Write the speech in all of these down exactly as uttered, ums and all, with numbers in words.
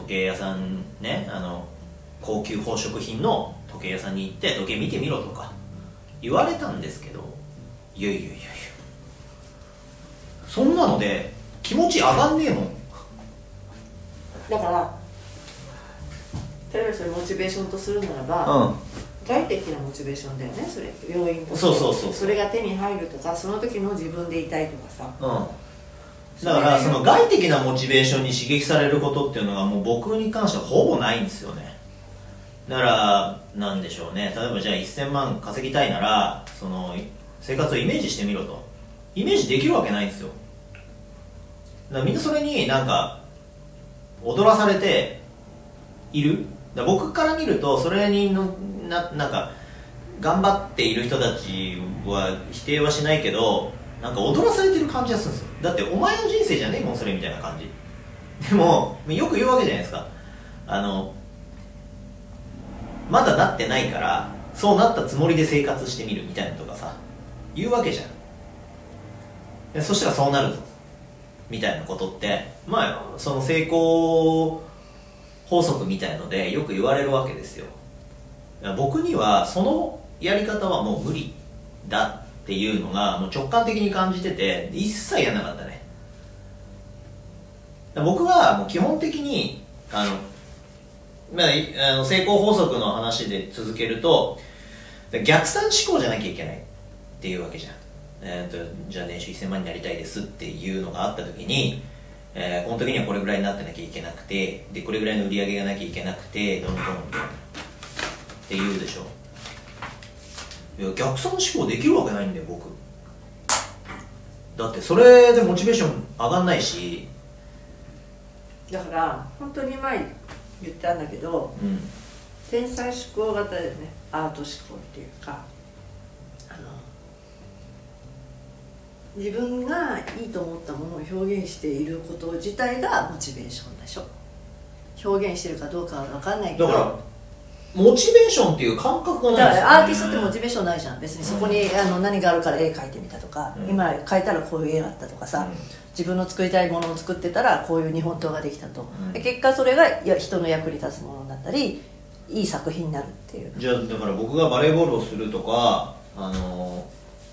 計屋さんね、あの高級宝飾品の時計屋さんに行って時計見てみろとか言われたんですけど、いやいやいやいや、そんなので気持ち上がんねえもん。 だから例えばそれモチベーションとするならば、 うん、 外的なモチベーションだよね、それ要因として。 そうそうそう、 それが手に入るとか、その時の自分でいたいとかさ、 うん、だからその外的なモチベーションに刺激されることっていうのがもう僕に関してはほぼないんですよね。だからなんでしょうね、例えばじゃあせんまん稼ぎたいならその生活をイメージしてみろと、イメージできるわけないんですよ。だからみんなそれになんか踊らされている。だから僕から見るとそれにの な, なんか頑張っている人たちは否定はしないけど、なんか踊らされてる感じがするんですよ。だってお前の人生じゃねえもんそれみたいな感じ。でもよく言うわけじゃないですか、あのまだなってないからそうなったつもりで生活してみるみたいなとかさ言うわけじゃん。でそしたらそうなるぞみたいなことってまあその成功法則みたいのでよく言われるわけですよ。僕にはそのやり方はもう無理だっていうのがもう直感的に感じてて一切やらなかったね。僕はもう基本的にあの、まあ、あの成功法則の話で続けると逆算思考じゃなきゃいけないっていうわけじゃん。えー、とじゃあ年収せんまんになりたいですっていうのがあった時に、えー、この時にはこれぐらいになってなきゃいけなくて、でこれぐらいの売り上げがなきゃいけなくてどんどんどんって言うでしょ。いや逆算思考できるわけないんだよ僕。だってそれでモチベーション上がんないし。 だから本当に前言ったんだけど、うん、天才思考型だよね、アート思考っていうか、あの自分がいいと思ったものを表現していること自体がモチベーションでしょ。表現してるかどうかは分かんないけど、 だからモチベーションっていう感覚がないですよね。 だからアーティストってモチベーションないじゃん別に。そこに、うん、あの何があるから絵描いてみたとか、うん、今描いたらこういう絵があったとかさ、うん、自分の作りたいものを作ってたらこういう日本刀ができたと、うん、で結果それがいや人の役に立つものになったりいい作品になるっていう。 じゃあだから僕がバレーボールをするとか、あの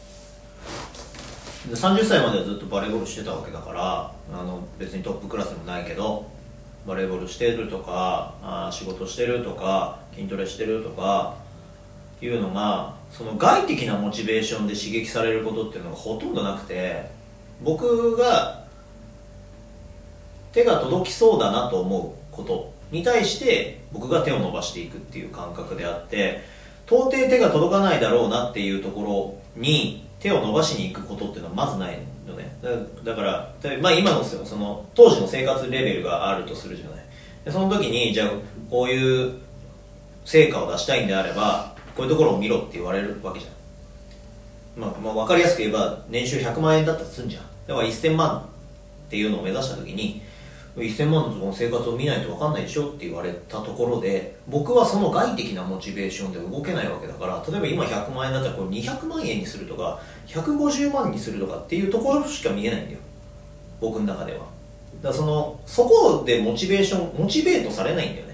ー、さんじゅっさいまではずっとバレーボールしてたわけだから、あの別にトップクラスでもないけどバレーボールしてるとかあ仕事してるとか筋トレしてるとかいうのがその外的なモチベーションで刺激されることっていうのがほとんどなくて、僕が手が届きそうだなと思うことに対して僕が手を伸ばしていくっていう感覚であって、到底手が届かないだろうなっていうところに手を伸ばしに行くことっていうのはまずないのね。だ, だから、まあ、今のその当時の生活レベルがあるとするじゃない。でその時にじゃあこういう成果を出したいんであればこういうところを見ろって言われるわけじゃん。まあ、まあ分かりやすく言えば年収ひゃくまんえんだったとするんじゃん。だからせんまんっていうのを目指した時にせんまんの生活を見ないと分かんないでしょって言われたところで、僕はその外的なモチベーションで動けないわけだから、例えば今ひゃくまんえんだったらこれにひゃくまんえんにするとかひゃくごじゅうまんにするとかっていうところしか見えないんだよ僕の中では。だからそのそこでモチベーションモチベートされないんだよ。